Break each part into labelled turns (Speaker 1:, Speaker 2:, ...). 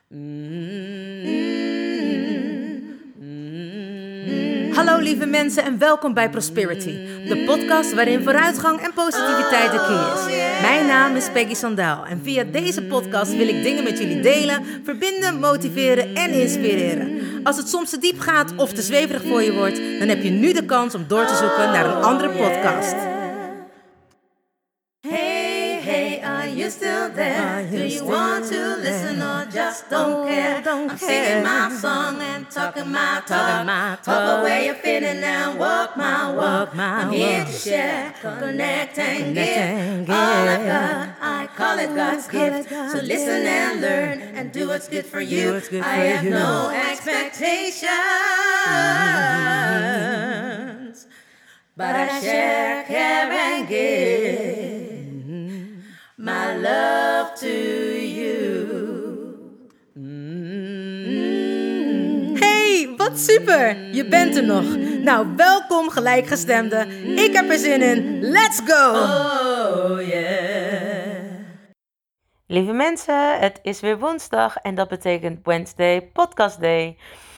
Speaker 1: Hallo lieve mensen en welkom bij Prosperity, de podcast waarin vooruitgang en positiviteit de key is. Mijn naam is Peggy Sandaal en via deze podcast wil ik dingen met jullie delen, verbinden, motiveren en inspireren. Als het soms te diep gaat of te zweverig voor je wordt, dan heb je nu de kans om door te zoeken naar een andere podcast.
Speaker 2: Hey, are you still there? Do you want to listen or just don't care? I'm singing my song and talking my talk. Talk away your feeling and walk my walk. I'm here to share, connect and give. All I've got, I call it God's gift. So listen and learn and do what's good for you. I have no expectations, but I share, care and give my love to you.
Speaker 1: Hey, wat super! Je bent er nog. Nou, welkom gelijkgestemden. Ik heb er zin in. Let's go!
Speaker 2: Oh yeah.
Speaker 3: Lieve mensen, het is weer woensdag en dat betekent Wednesday Podcast Day.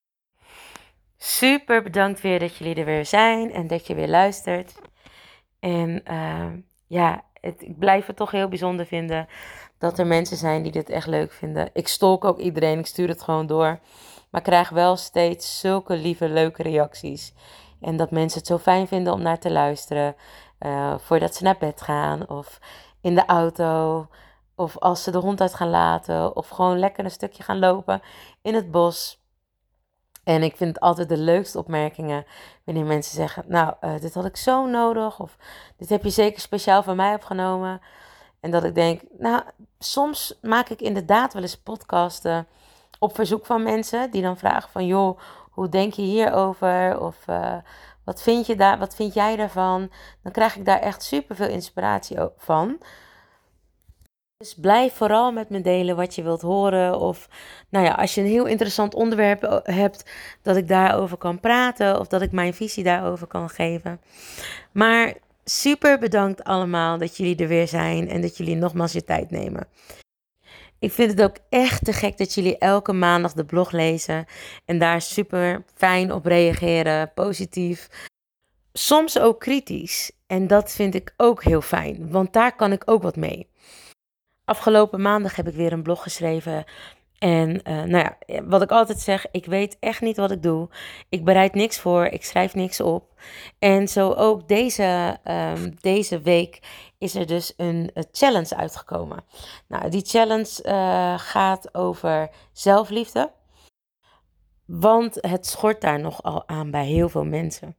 Speaker 3: Super bedankt weer dat jullie er weer zijn en dat je weer luistert. En ik blijf het toch heel bijzonder vinden dat er mensen zijn die dit echt leuk vinden. Ik stalk ook iedereen, ik stuur het gewoon door. Maar krijg wel steeds zulke lieve, leuke reacties. En dat mensen het zo fijn vinden om naar te luisteren. Voordat ze naar bed gaan of in de auto. Of als ze de hond uit gaan laten. Of gewoon lekker een stukje gaan lopen in het bos. En ik vind het altijd de leukste opmerkingen wanneer mensen zeggen, nou, dit had ik zo nodig. Of dit heb je zeker speciaal voor mij opgenomen. En dat ik denk, nou, soms maak ik inderdaad wel eens podcasten op verzoek van mensen. Die dan vragen van, joh, hoe denk je hierover? Of wat vind jij daarvan? Dan krijg ik daar echt superveel inspiratie van. Dus blijf vooral met me delen wat je wilt horen. Of nou ja, als je een heel interessant onderwerp hebt, dat ik daarover kan praten. Of dat ik mijn visie daarover kan geven. Maar super bedankt allemaal dat jullie er weer zijn. En dat jullie nogmaals je tijd nemen. Ik vind het ook echt te gek dat jullie elke maandag de blog lezen. En daar super fijn op reageren. Positief. Soms ook kritisch. En dat vind ik ook heel fijn. Want daar kan ik ook wat mee. Afgelopen maandag heb ik weer een blog geschreven. En wat ik altijd zeg, ik weet echt niet wat ik doe. Ik bereid niks voor, ik schrijf niks op. En zo ook deze week is er dus een challenge uitgekomen. Nou, die challenge gaat over zelfliefde. Want het schort daar nogal aan bij heel veel mensen.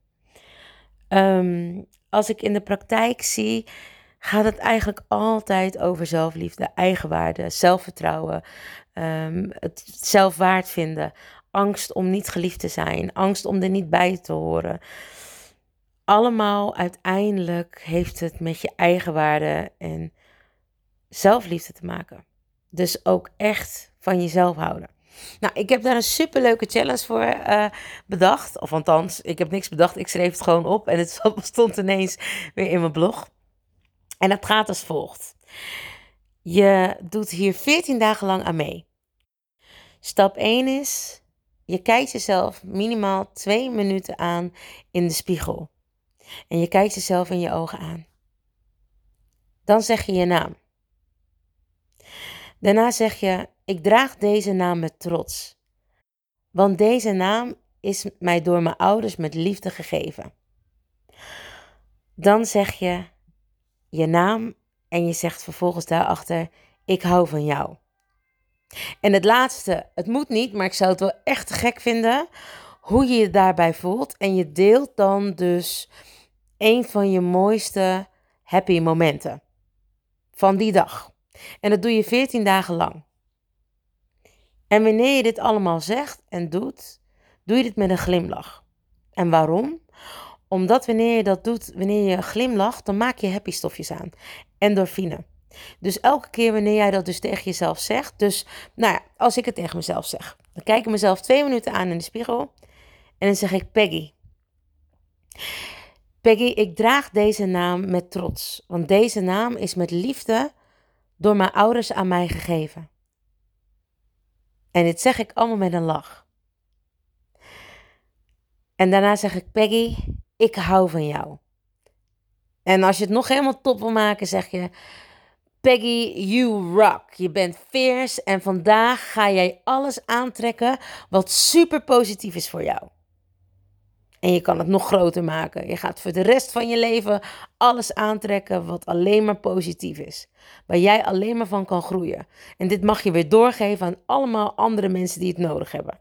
Speaker 3: Als ik in de praktijk zie, gaat het eigenlijk altijd over zelfliefde, eigenwaarde, zelfvertrouwen, het zelfwaard vinden, angst om niet geliefd te zijn, angst om er niet bij te horen. Allemaal uiteindelijk heeft het met je eigenwaarde en zelfliefde te maken. Dus ook echt van jezelf houden. Nou, ik heb daar een superleuke challenge voor bedacht. Of althans, ik heb niks bedacht, ik schreef het gewoon op en het stond ineens weer in mijn blog. En dat gaat als volgt. Je doet hier 14 dagen lang aan mee. Stap 1 is, je kijkt jezelf minimaal 2 minuten aan in de spiegel. En je kijkt jezelf in je ogen aan. Dan zeg je je naam. Daarna zeg je, ik draag deze naam met trots. Want deze naam is mij door mijn ouders met liefde gegeven. Dan zeg je je naam en je zegt vervolgens daarachter, ik hou van jou. En het laatste, het moet niet, maar ik zou het wel echt te gek vinden hoe je je daarbij voelt. En je deelt dan dus een van je mooiste happy momenten van die dag. En dat doe je 14 dagen lang. En wanneer je dit allemaal zegt en doet, doe je dit met een glimlach. En waarom? Omdat wanneer je dat doet, wanneer je glimlacht, dan maak je happy stofjes aan. Endorfine. Dus elke keer wanneer jij dat dus tegen jezelf zegt. Dus als ik het tegen mezelf zeg. Dan kijk ik mezelf 2 minuten aan in de spiegel. En dan zeg ik Peggy. Peggy, ik draag deze naam met trots. Want deze naam is met liefde door mijn ouders aan mij gegeven. En dit zeg ik allemaal met een lach. En daarna zeg ik, Peggy, ik hou van jou. En als je het nog helemaal top wil maken, zeg je, Peggy, you rock. Je bent fierce en vandaag ga jij alles aantrekken wat super positief is voor jou. En je kan het nog groter maken. Je gaat voor de rest van je leven alles aantrekken wat alleen maar positief is. Waar jij alleen maar van kan groeien. En dit mag je weer doorgeven aan allemaal andere mensen die het nodig hebben.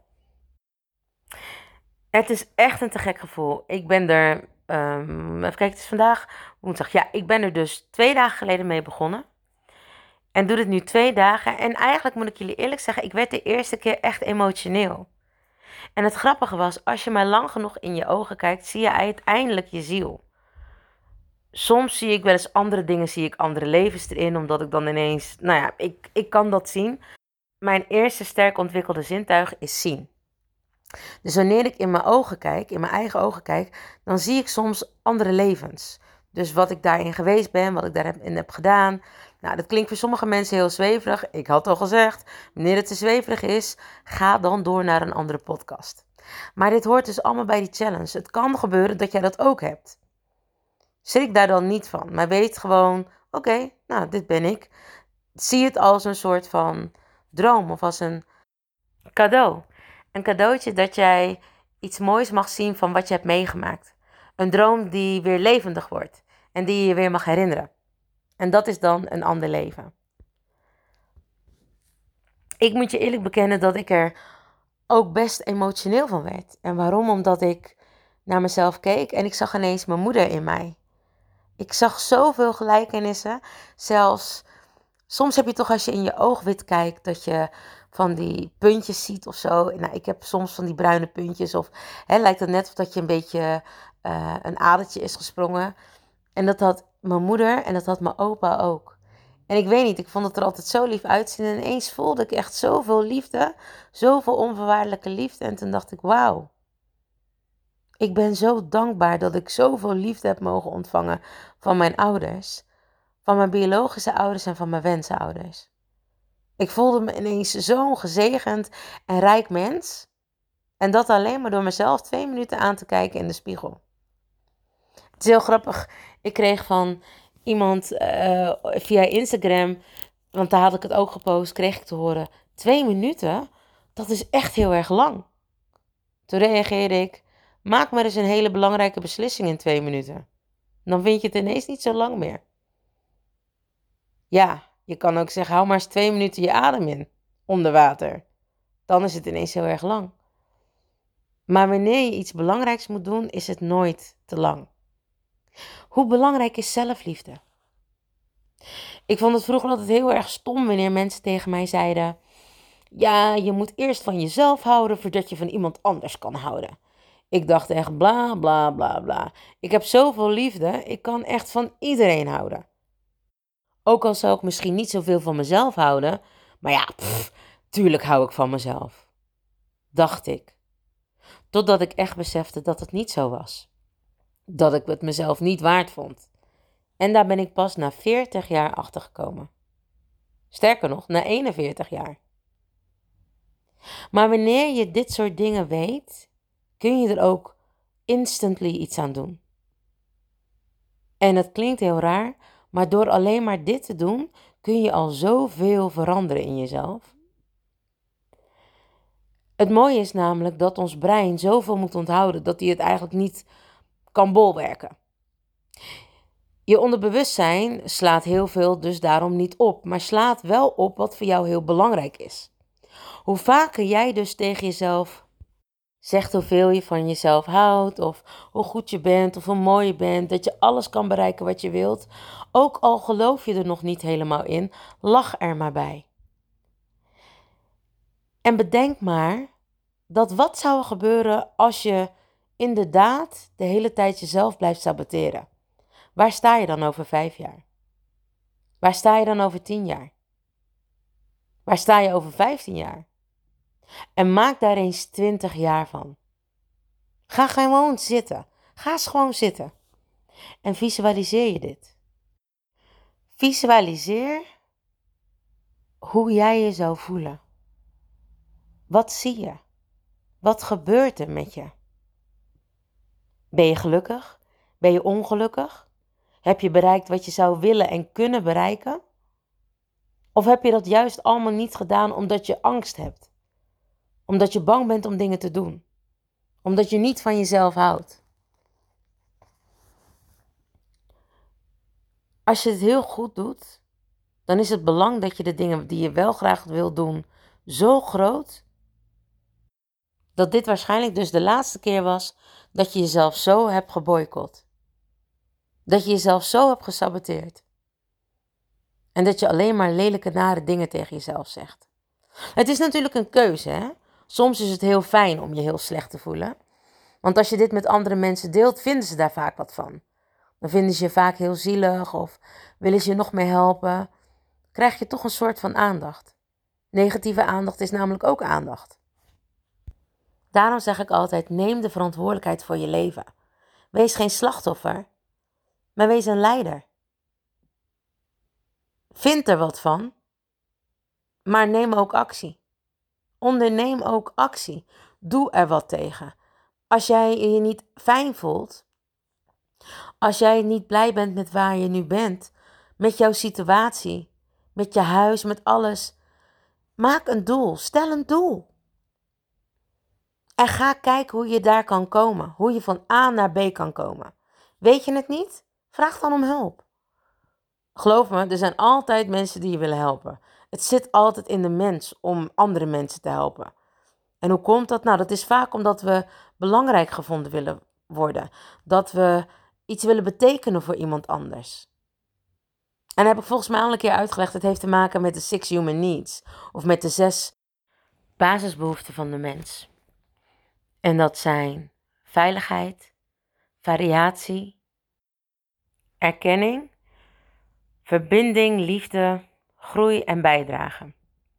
Speaker 3: Het is echt een te gek gevoel. Ik ben er, even kijken, het is vandaag woensdag. Ja, ik ben er dus 2 dagen geleden mee begonnen. En doe dit nu 2 dagen. En eigenlijk moet ik jullie eerlijk zeggen, ik werd de eerste keer echt emotioneel. En het grappige was, als je maar lang genoeg in je ogen kijkt, zie je uiteindelijk je ziel. Soms zie ik wel eens andere dingen, zie ik andere levens erin, omdat ik dan ineens, ik kan dat zien. Mijn eerste sterk ontwikkelde zintuig is zien. Dus wanneer ik in mijn ogen kijk, in mijn eigen ogen kijk, dan zie ik soms andere levens. Dus wat ik daarin geweest ben, wat ik daarin heb gedaan. Nou, dat klinkt voor sommige mensen heel zweverig. Ik had al gezegd, wanneer het te zweverig is, ga dan door naar een andere podcast. Maar dit hoort dus allemaal bij die challenge. Het kan gebeuren dat jij dat ook hebt. Schrik daar dan niet van, maar weet gewoon, oké, dit ben ik. Zie het als een soort van droom of als een cadeau. Een cadeautje dat jij iets moois mag zien van wat je hebt meegemaakt. Een droom die weer levendig wordt en die je weer mag herinneren. En dat is dan een ander leven. Ik moet je eerlijk bekennen dat ik er ook best emotioneel van werd. En waarom? Omdat ik naar mezelf keek en ik zag ineens mijn moeder in mij. Ik zag zoveel gelijkenissen. Zelfs, soms heb je toch als je in je oogwit kijkt dat je van die puntjes ziet of zo. Nou, ik heb soms van die bruine puntjes of lijkt het net of dat je een beetje een adertje is gesprongen. En dat had mijn moeder en dat had mijn opa ook. En ik weet niet, ik vond het er altijd zo lief uitzien. En ineens voelde ik echt zoveel liefde, zoveel onvoorwaardelijke liefde. En toen dacht ik, wauw. Ik ben zo dankbaar dat ik zoveel liefde heb mogen ontvangen van mijn ouders. Van mijn biologische ouders en van mijn wensenouders. Ik voelde me ineens zo'n gezegend en rijk mens. En dat alleen maar door mezelf 2 minuten aan te kijken in de spiegel. Het is heel grappig. Ik kreeg van iemand via Instagram, want daar had ik het ook gepost, kreeg ik te horen, 2 minuten, dat is echt heel erg lang. Toen reageerde ik, maak maar eens een hele belangrijke beslissing in 2 minuten. Dan vind je het ineens niet zo lang meer. Ja, je kan ook zeggen, hou maar eens 2 minuten je adem in, onder water. Dan is het ineens heel erg lang. Maar wanneer je iets belangrijks moet doen, is het nooit te lang. Hoe belangrijk is zelfliefde? Ik vond het vroeger altijd heel erg stom wanneer mensen tegen mij zeiden, ja, je moet eerst van jezelf houden voordat je van iemand anders kan houden. Ik dacht echt bla bla bla bla. Ik heb zoveel liefde, ik kan echt van iedereen houden. Ook al zou ik misschien niet zoveel van mezelf houden, maar ja, tuurlijk hou ik van mezelf. Dacht ik. Totdat ik echt besefte dat het niet zo was. Dat ik het mezelf niet waard vond. En daar ben ik pas na 40 jaar achter gekomen. Sterker nog, na 41 jaar. Maar wanneer je dit soort dingen weet, kun je er ook instantly iets aan doen. En het klinkt heel raar, maar door alleen maar dit te doen, kun je al zoveel veranderen in jezelf. Het mooie is namelijk dat ons brein zoveel moet onthouden dat hij het eigenlijk niet kan bolwerken. Je onderbewustzijn slaat heel veel dus daarom niet op, maar slaat wel op wat voor jou heel belangrijk is. Hoe vaker jij dus tegen jezelf zegt hoeveel je van jezelf houdt, of hoe goed je bent, of hoe mooi je bent, dat je alles kan bereiken wat je wilt, ook al geloof je er nog niet helemaal in, lach er maar bij. En bedenk maar dat wat zou er gebeuren als je inderdaad de hele tijd jezelf blijft saboteren? Waar sta je dan over 5 jaar? Waar sta je dan over 10 jaar? Waar sta je over 15 jaar? En maak daar eens 20 jaar van. Ga gewoon zitten. Ga eens gewoon zitten. En visualiseer je dit. Visualiseer hoe jij je zou voelen. Wat zie je? Wat gebeurt er met je? Ben je gelukkig? Ben je ongelukkig? Heb je bereikt wat je zou willen en kunnen bereiken? Of heb je dat juist allemaal niet gedaan omdat je angst hebt? Omdat je bang bent om dingen te doen? Omdat je niet van jezelf houdt? Als je het heel goed doet, dan is het belang dat je de dingen die je wel graag wil doen zo groot, dat dit waarschijnlijk dus de laatste keer was dat je jezelf zo hebt geboycott. Dat je jezelf zo hebt gesaboteerd. En dat je alleen maar lelijke, nare dingen tegen jezelf zegt. Het is natuurlijk een keuze, hè? Soms is het heel fijn om je heel slecht te voelen. Want als je dit met andere mensen deelt, vinden ze daar vaak wat van. Dan vinden ze je vaak heel zielig of willen ze je nog meer helpen. Krijg je toch een soort van aandacht. Negatieve aandacht is namelijk ook aandacht. Daarom zeg ik altijd, neem de verantwoordelijkheid voor je leven. Wees geen slachtoffer, maar wees een leider. Vind er wat van, maar neem ook actie. Onderneem ook actie. Doe er wat tegen. Als jij je niet fijn voelt, als jij niet blij bent met waar je nu bent, met jouw situatie, met je huis, met alles, maak een doel. Stel een doel. En ga kijken hoe je daar kan komen. Hoe je van A naar B kan komen. Weet je het niet? Vraag dan om hulp. Geloof me, er zijn altijd mensen die je willen helpen. Het zit altijd in de mens om andere mensen te helpen. En hoe komt dat? Nou, dat is vaak omdat we belangrijk gevonden willen worden. Dat we iets willen betekenen voor iemand anders. En dat heb ik volgens mij al een keer uitgelegd. Het heeft te maken met de 6 human needs. Of met de 6 basisbehoeften van de mens. En dat zijn veiligheid, variatie, erkenning, verbinding, liefde, groei en bijdrage.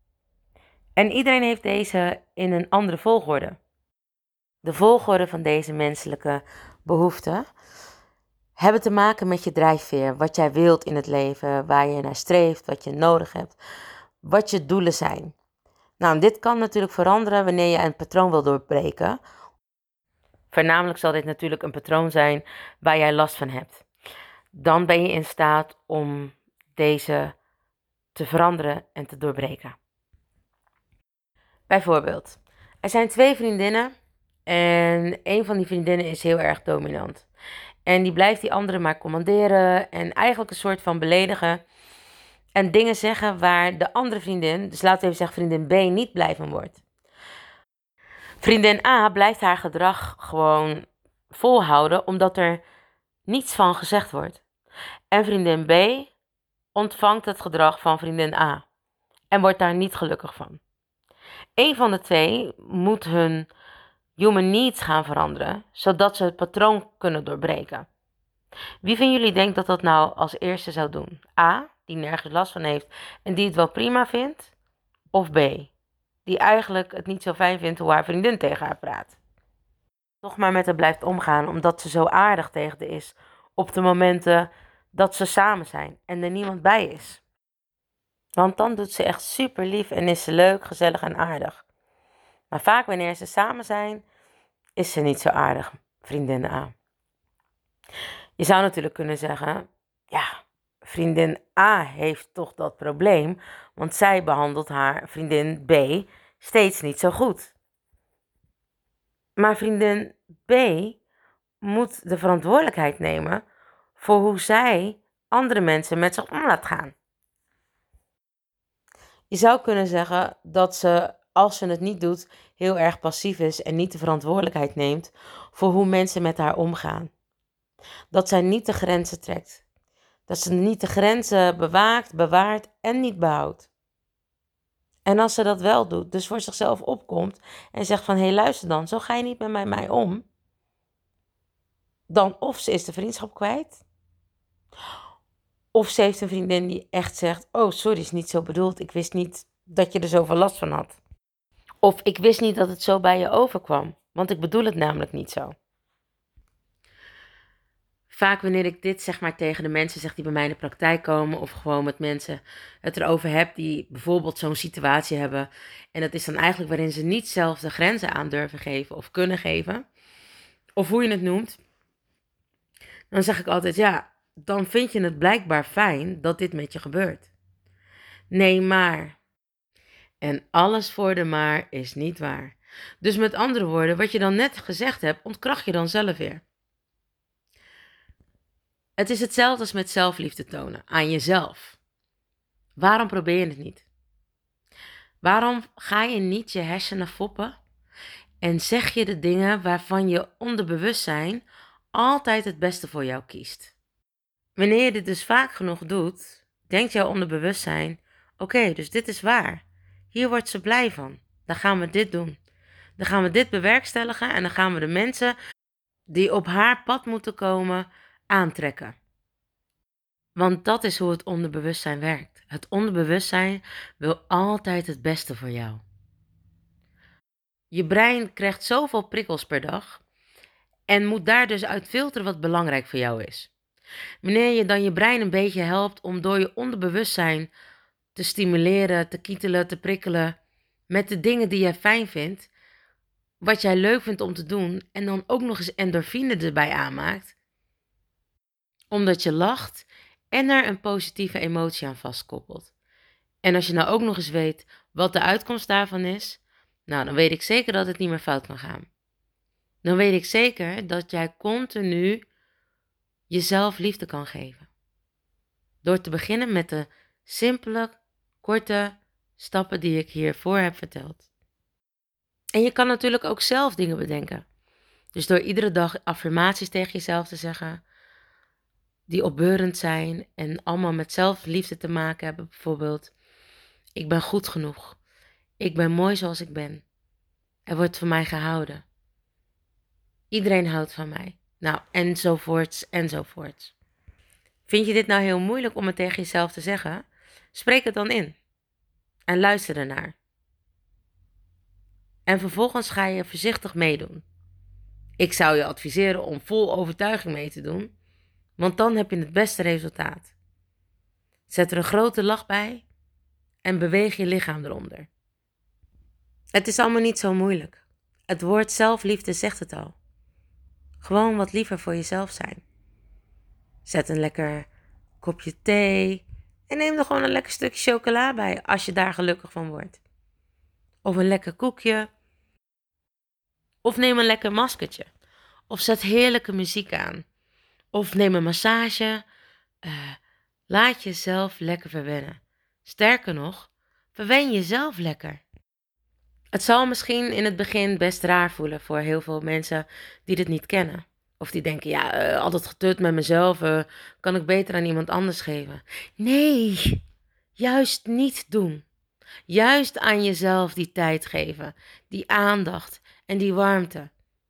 Speaker 3: En iedereen heeft deze in een andere volgorde. De volgorde van deze menselijke behoeften hebben te maken met je drijfveer. Wat jij wilt in het leven, waar je naar streeft, wat je nodig hebt, wat je doelen zijn. Nou, dit kan natuurlijk veranderen wanneer je een patroon wil doorbreken. Voornamelijk zal dit natuurlijk een patroon zijn waar jij last van hebt. Dan ben je in staat om deze te veranderen en te doorbreken. Bijvoorbeeld, er zijn 2 vriendinnen en een van die vriendinnen is heel erg dominant. En die blijft die andere maar commanderen en eigenlijk een soort van beledigen. En dingen zeggen waar de andere vriendin, dus laten we even zeggen vriendin B, niet blij van wordt. Vriendin A blijft haar gedrag gewoon volhouden omdat er niets van gezegd wordt. En vriendin B ontvangt het gedrag van vriendin A en wordt daar niet gelukkig van. Eén van de 2 moet hun human needs gaan veranderen, zodat ze het patroon kunnen doorbreken. Wie van jullie denkt dat dat nou als eerste zou doen? A, die nergens last van heeft en die het wel prima vindt? Of B, die eigenlijk het niet zo fijn vindt hoe haar vriendin tegen haar praat? Toch maar met haar blijft omgaan omdat ze zo aardig tegen haar is op de momenten dat ze samen zijn en er niemand bij is. Want dan doet ze echt super lief en is ze leuk, gezellig en aardig. Maar vaak wanneer ze samen zijn, is ze niet zo aardig, vriendin A. Je zou natuurlijk kunnen zeggen, ja, vriendin A heeft toch dat probleem, want zij behandelt haar vriendin B steeds niet zo goed. Maar vriendin B moet de verantwoordelijkheid nemen voor hoe zij andere mensen met zich om laat gaan. Je zou kunnen zeggen dat ze, als ze het niet doet, heel erg passief is en niet de verantwoordelijkheid neemt voor hoe mensen met haar omgaan. Dat zij niet de grenzen trekt. Dat ze niet de grenzen bewaakt, bewaart en niet behoudt. En als ze dat wel doet, dus voor zichzelf opkomt en zegt van, hé, luister dan, zo ga je niet met mij om. Dan of ze is de vriendschap kwijt. Of ze heeft een vriendin die echt zegt, oh sorry, is niet zo bedoeld. Ik wist niet dat je er zoveel last van had. Of ik wist niet dat het zo bij je overkwam. Want ik bedoel het namelijk niet zo. Vaak wanneer ik dit zeg maar tegen de mensen zeg die bij mij in de praktijk komen, of gewoon met mensen het erover heb die bijvoorbeeld zo'n situatie hebben, en dat is dan eigenlijk waarin ze niet zelf de grenzen aan durven geven of kunnen geven, of hoe je het noemt, dan zeg ik altijd, ja, dan vind je het blijkbaar fijn dat dit met je gebeurt. Nee, maar. En alles voor de maar is niet waar. Dus met andere woorden, wat je dan net gezegd hebt, ontkracht je dan zelf weer. Het is hetzelfde als met zelfliefde tonen aan jezelf. Waarom probeer je het niet? Waarom ga je niet je hersenen foppen en zeg je de dingen waarvan je onderbewustzijn altijd het beste voor jou kiest? Wanneer je dit dus vaak genoeg doet, denkt jouw onderbewustzijn, oké, dus dit is waar. Hier wordt ze blij van. Dan gaan we dit doen. Dan gaan we dit bewerkstelligen en dan gaan we de mensen die op haar pad moeten komen aantrekken. Want dat is hoe het onderbewustzijn werkt. Het onderbewustzijn wil altijd het beste voor jou. Je brein krijgt zoveel prikkels per dag en moet daar dus uit filteren wat belangrijk voor jou is. Wanneer je dan je brein een beetje helpt om door je onderbewustzijn te stimuleren, te kietelen, te prikkelen met de dingen die jij fijn vindt, wat jij leuk vindt om te doen en dan ook nog eens endorfine erbij aanmaakt, omdat je lacht en er een positieve emotie aan vastkoppelt. En als je nou ook nog eens weet wat de uitkomst daarvan is, nou, dan weet ik zeker dat het niet meer fout kan gaan. Dan weet ik zeker dat jij continu jezelf liefde kan geven. Door te beginnen met de simpele, korte stappen die ik hiervoor heb verteld. En je kan natuurlijk ook zelf dingen bedenken. Dus door iedere dag affirmaties tegen jezelf te zeggen, die opbeurend zijn en allemaal met zelfliefde te maken hebben. Bijvoorbeeld, ik ben goed genoeg. Ik ben mooi zoals ik ben. Er wordt van mij gehouden. Iedereen houdt van mij. Nou, enzovoorts, enzovoorts. Vind je dit nou heel moeilijk om het tegen jezelf te zeggen? Spreek het dan in. En luister ernaar. En vervolgens ga je voorzichtig meedoen. Ik zou je adviseren om vol overtuiging mee te doen, want dan heb je het beste resultaat. Zet er een grote lach bij en beweeg je lichaam eronder. Het is allemaal niet zo moeilijk. Het woord zelfliefde zegt het al. Gewoon wat liever voor jezelf zijn. Zet een lekker kopje thee en neem er gewoon een lekker stukje chocola bij als je daar gelukkig van wordt. Of een lekker koekje. Of neem een lekker maskertje. Of zet heerlijke muziek aan. Of neem een massage. Laat jezelf lekker verwennen. Sterker nog, verwen jezelf lekker. Het zal misschien in het begin best raar voelen voor heel veel mensen die dit niet kennen. Of die denken, ja, altijd getut met mezelf, kan ik beter aan iemand anders geven. Nee, juist niet doen. Juist aan jezelf die tijd geven, die aandacht en die warmte.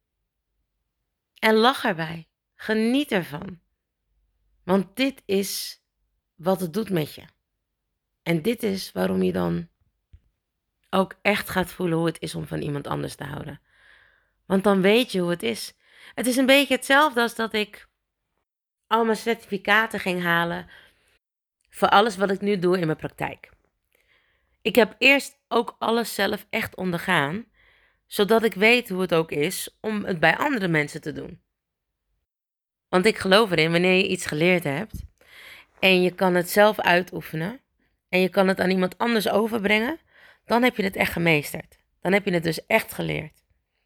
Speaker 3: En lach erbij, geniet ervan. Want dit is wat het doet met je. En dit is waarom je dan ook echt gaat voelen hoe het is om van iemand anders te houden. Want dan weet je hoe het is. Het is een beetje hetzelfde als dat ik al mijn certificaten ging halen voor alles wat ik nu doe in mijn praktijk. Ik heb eerst ook alles zelf echt ondergaan, zodat ik weet hoe het ook is om het bij andere mensen te doen. Want ik geloof erin, wanneer je iets geleerd hebt en je kan het zelf uitoefenen en je kan het aan iemand anders overbrengen, dan heb je het echt gemeesterd. Dan heb je het dus echt geleerd.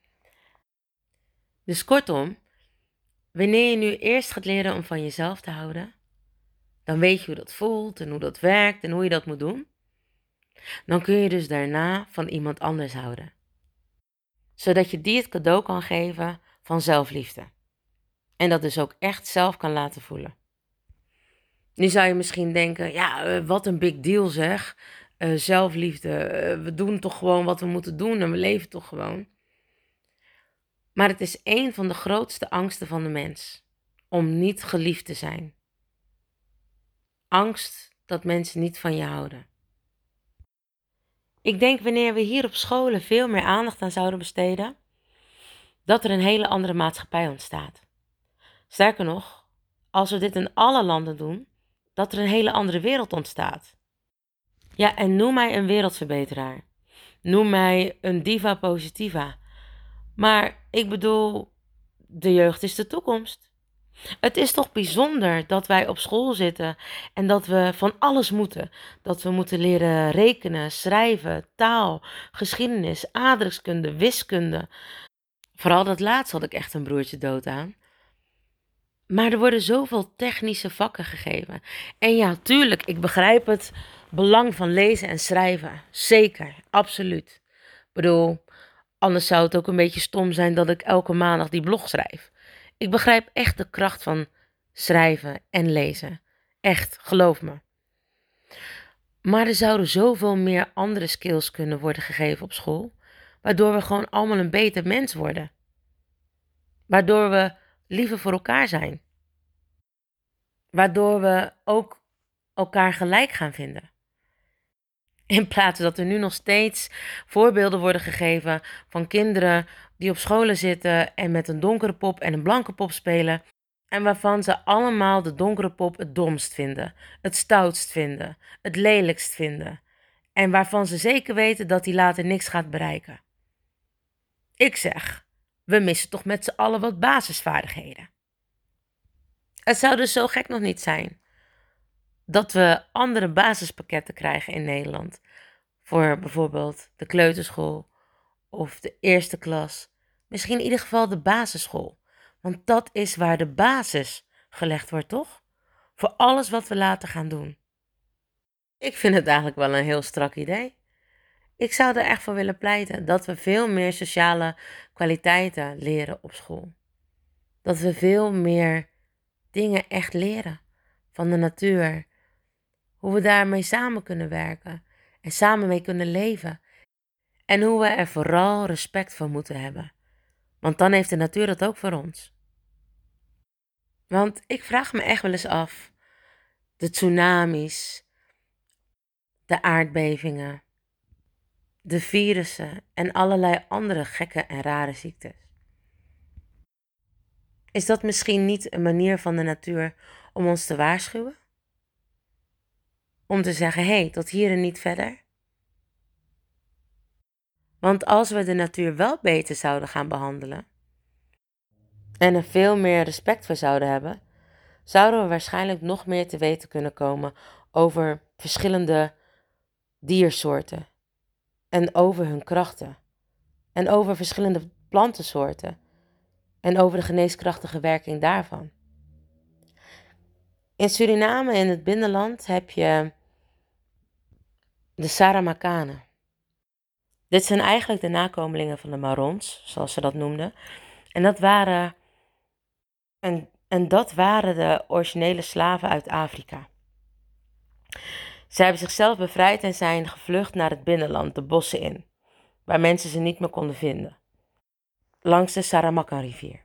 Speaker 3: Dus kortom, wanneer je nu eerst gaat leren om van jezelf te houden, dan weet je hoe dat voelt en hoe dat werkt en hoe je dat moet doen. Dan kun je dus daarna van iemand anders houden. Zodat je die het cadeau kan geven van zelfliefde. En dat dus ook echt zelf kan laten voelen. Nu zou je misschien denken, ja, wat een big deal zeg. Zelfliefde, we doen toch gewoon wat we moeten doen en we leven toch gewoon. Maar het is een van de grootste angsten van de mens. Om niet geliefd te zijn. Angst dat mensen niet van je houden. Ik denk wanneer we hier op scholen veel meer aandacht aan zouden besteden, dat er een hele andere maatschappij ontstaat. Sterker nog, als we dit in alle landen doen, dat er een hele andere wereld ontstaat. Ja, en noem mij een wereldverbeteraar. Noem mij een diva positiva. Maar ik bedoel, de jeugd is de toekomst. Het is toch bijzonder dat wij op school zitten en dat we van alles moeten. Dat we moeten leren rekenen, schrijven, taal, geschiedenis, aardrijkskunde, wiskunde. Vooral dat laatste had ik echt een broertje dood aan. Maar er worden zoveel technische vakken gegeven. En ja, tuurlijk, ik begrijp het belang van lezen en schrijven. Zeker, absoluut. Ik bedoel, anders zou het ook een beetje stom zijn dat ik elke maandag die blog schrijf. Ik begrijp echt de kracht van schrijven en lezen. Echt, geloof me. Maar er zouden zoveel meer andere skills kunnen worden gegeven op school, waardoor we gewoon allemaal een beter mens worden. Waardoor we liever voor elkaar zijn. Waardoor we ook elkaar gelijk gaan vinden. In plaats dat er nu nog steeds voorbeelden worden gegeven van kinderen die op scholen zitten en met een donkere pop en een blanke pop spelen. En waarvan ze allemaal de donkere pop het domst vinden, het stoutst vinden, het lelijkst vinden. En waarvan ze zeker weten dat die later niks gaat bereiken. Ik zeg, we missen toch met z'n allen wat basisvaardigheden. Het zou dus zo gek nog niet zijn dat we andere basispakketten krijgen in Nederland. Voor bijvoorbeeld de kleuterschool of de eerste klas. Misschien in ieder geval de basisschool. Want dat is waar de basis gelegd wordt, toch? Voor alles wat we later gaan doen. Ik vind het eigenlijk wel een heel strak idee. Ik zou er echt voor willen pleiten dat we veel meer sociale kwaliteiten leren op school. Dat we veel meer dingen echt leren van de natuur. Hoe we daarmee samen kunnen werken en samen mee kunnen leven. En hoe we er vooral respect voor moeten hebben. Want dan heeft de natuur dat ook voor ons. Want ik vraag me echt wel eens af, de tsunamis, de aardbevingen, de virussen en allerlei andere gekke en rare ziektes. Is dat misschien niet een manier van de natuur om ons te waarschuwen? Om te zeggen, hé, tot hier en niet verder? Want als we de natuur wel beter zouden gaan behandelen en er veel meer respect voor zouden hebben, zouden we waarschijnlijk nog meer te weten kunnen komen over verschillende diersoorten en over hun krachten en over verschillende plantensoorten en over de geneeskrachtige werking daarvan. In Suriname, in het binnenland, heb je de Saramakanen. Dit zijn eigenlijk de nakomelingen van de Marons, zoals ze dat noemden. En dat waren de originele slaven uit Afrika. Zij hebben zichzelf bevrijd en zijn gevlucht naar het binnenland, de bossen in, waar mensen ze niet meer konden vinden, langs de Saramaccan-rivier.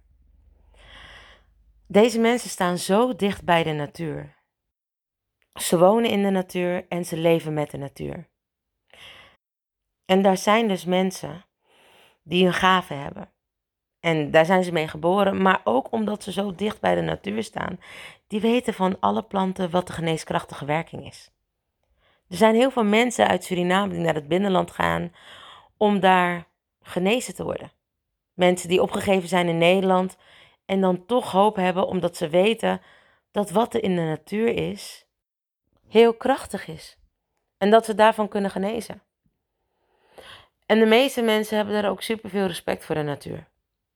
Speaker 3: Deze mensen staan zo dicht bij de natuur. Ze wonen in de natuur en ze leven met de natuur. En daar zijn dus mensen die een gave hebben. En daar zijn ze mee geboren, maar ook omdat ze zo dicht bij de natuur staan, die weten van alle planten wat de geneeskrachtige werking is. Er zijn heel veel mensen uit Suriname die naar het binnenland gaan om daar genezen te worden. Mensen die opgegeven zijn in Nederland en dan toch hoop hebben omdat ze weten dat wat er in de natuur is, heel krachtig is. En dat ze daarvan kunnen genezen. En de meeste mensen hebben daar ook superveel respect voor de natuur.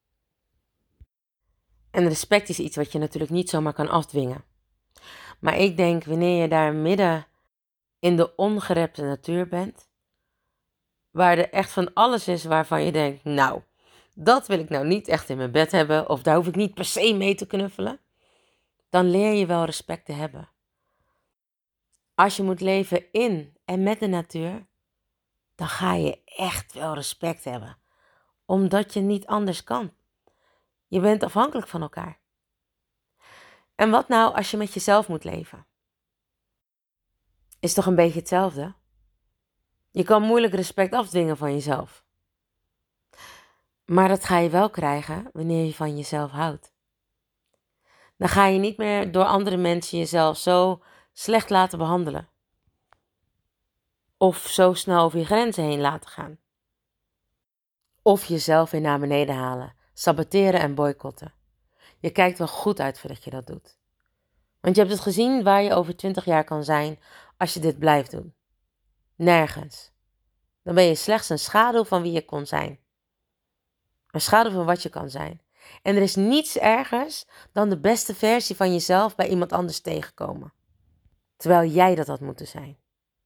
Speaker 3: En respect is iets wat je natuurlijk niet zomaar kan afdwingen. Maar ik denk wanneer je daar midden in de ongerepte natuur bent, waar er echt van alles is waarvan je denkt, nou, dat wil ik nou niet echt in mijn bed hebben, of daar hoef ik niet per se mee te knuffelen, dan leer je wel respect te hebben. Als je moet leven in en met de natuur, dan ga je echt wel respect hebben, omdat je niet anders kan. Je bent afhankelijk van elkaar. En wat nou als je met jezelf moet leven? Is toch een beetje hetzelfde? Je kan moeilijk respect afdwingen van jezelf. Maar dat ga je wel krijgen wanneer je van jezelf houdt. Dan ga je niet meer door andere mensen jezelf zo slecht laten behandelen. Of zo snel over je grenzen heen laten gaan. Of jezelf weer naar beneden halen, saboteren en boycotten. Je kijkt wel goed uit voordat je dat doet. Want je hebt het gezien waar je over 20 jaar kan zijn als je dit blijft doen. Nergens. Dan ben je slechts een schaduw van wie je kon zijn. Een schaduw van wat je kan zijn. En er is niets ergers dan de beste versie van jezelf bij iemand anders tegenkomen. Terwijl jij dat had moeten zijn.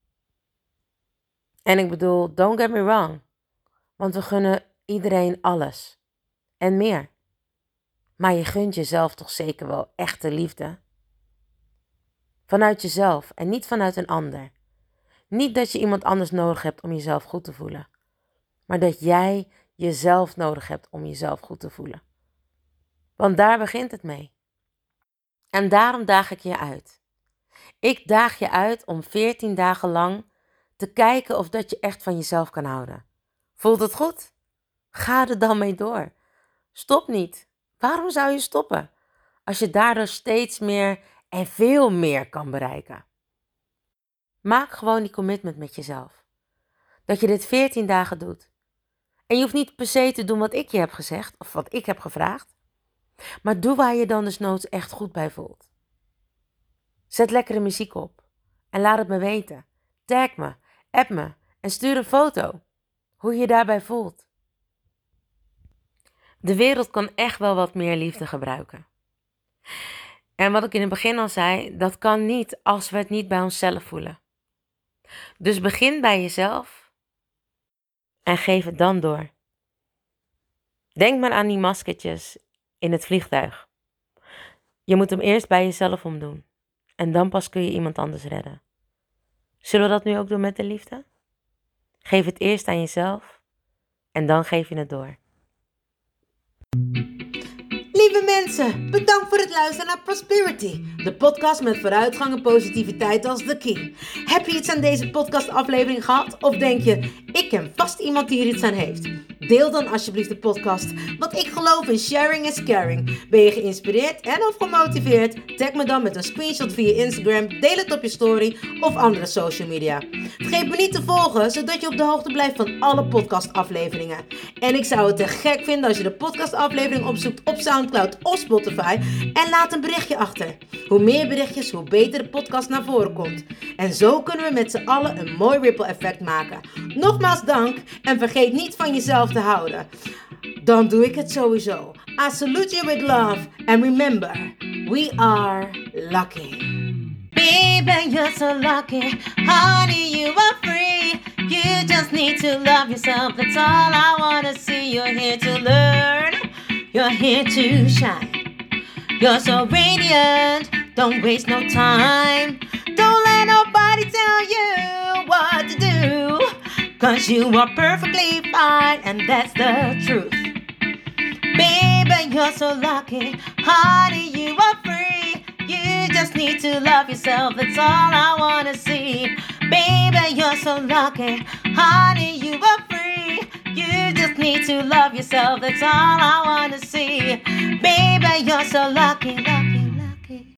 Speaker 3: En ik bedoel, don't get me wrong. Want we gunnen iedereen alles. En meer. Maar je gunt jezelf toch zeker wel echte liefde? Vanuit jezelf en niet vanuit een ander. Niet dat je iemand anders nodig hebt om jezelf goed te voelen. Maar dat jij jezelf nodig hebt om jezelf goed te voelen. Want daar begint het mee. En daarom daag ik je uit. Ik daag je uit om 14 dagen lang te kijken of dat je echt van jezelf kan houden. Voelt het goed? Ga er dan mee door. Stop niet. Waarom zou je stoppen? Als je daardoor steeds meer en veel meer kan bereiken. Maak gewoon die commitment met jezelf. Dat je dit 14 dagen doet. En je hoeft niet per se te doen wat ik je heb gezegd of wat ik heb gevraagd. Maar doe waar je dan desnoods echt goed bij voelt. Zet lekkere muziek op. En laat het me weten. Tag me, app me en stuur een foto. Hoe je je daarbij voelt. De wereld kan echt wel wat meer liefde gebruiken. En wat ik in het begin al zei, dat kan niet als we het niet bij onszelf voelen. Dus begin bij jezelf en geef het dan door. Denk maar aan die maskertjes in het vliegtuig. Je moet hem eerst bij jezelf omdoen. En dan pas kun je iemand anders redden. Zullen we dat nu ook doen met de liefde? Geef het eerst aan jezelf en dan geef je het door.
Speaker 1: Lieve mensen, bedankt voor het luisteren naar Prosperity, de podcast met vooruitgang en positiviteit als the key. Heb je iets aan deze podcastaflevering gehad of denk je, ik ken vast iemand die er iets aan heeft? Deel dan alsjeblieft de podcast, want ik geloof in sharing is caring. Ben je geïnspireerd en of gemotiveerd? Tag me dan met een screenshot via Instagram, deel het op je story of andere social media. Vergeet me niet te volgen, zodat je op de hoogte blijft van alle podcastafleveringen. En ik zou het te gek vinden als je de podcastaflevering opzoekt op Soundcloud of Spotify en laat een berichtje achter. Hoe meer berichtjes, hoe beter de podcast naar voren komt. En zo kunnen we met z'n allen een mooi ripple effect maken. Nogmaals dank en vergeet niet van jezelf te houden. Dan doe ik het sowieso. I salute you with love and remember, we are lucky.
Speaker 2: Baby, you're so lucky. Honey, you are free. You just need to love yourself. That's all I wanna see. You're here to learn. You're here to shine. You're so radiant. Don't waste no time. Don't let nobody tell you what to do. 'Cause you are perfectly fine. And that's the truth. Baby, you're so lucky. Honey, you are free. You just need to love yourself. That's all I wanna see. Baby, you're so lucky. Honey, you are free. You just need to love yourself. That's all I wanna see. Baby, you're so lucky, lucky.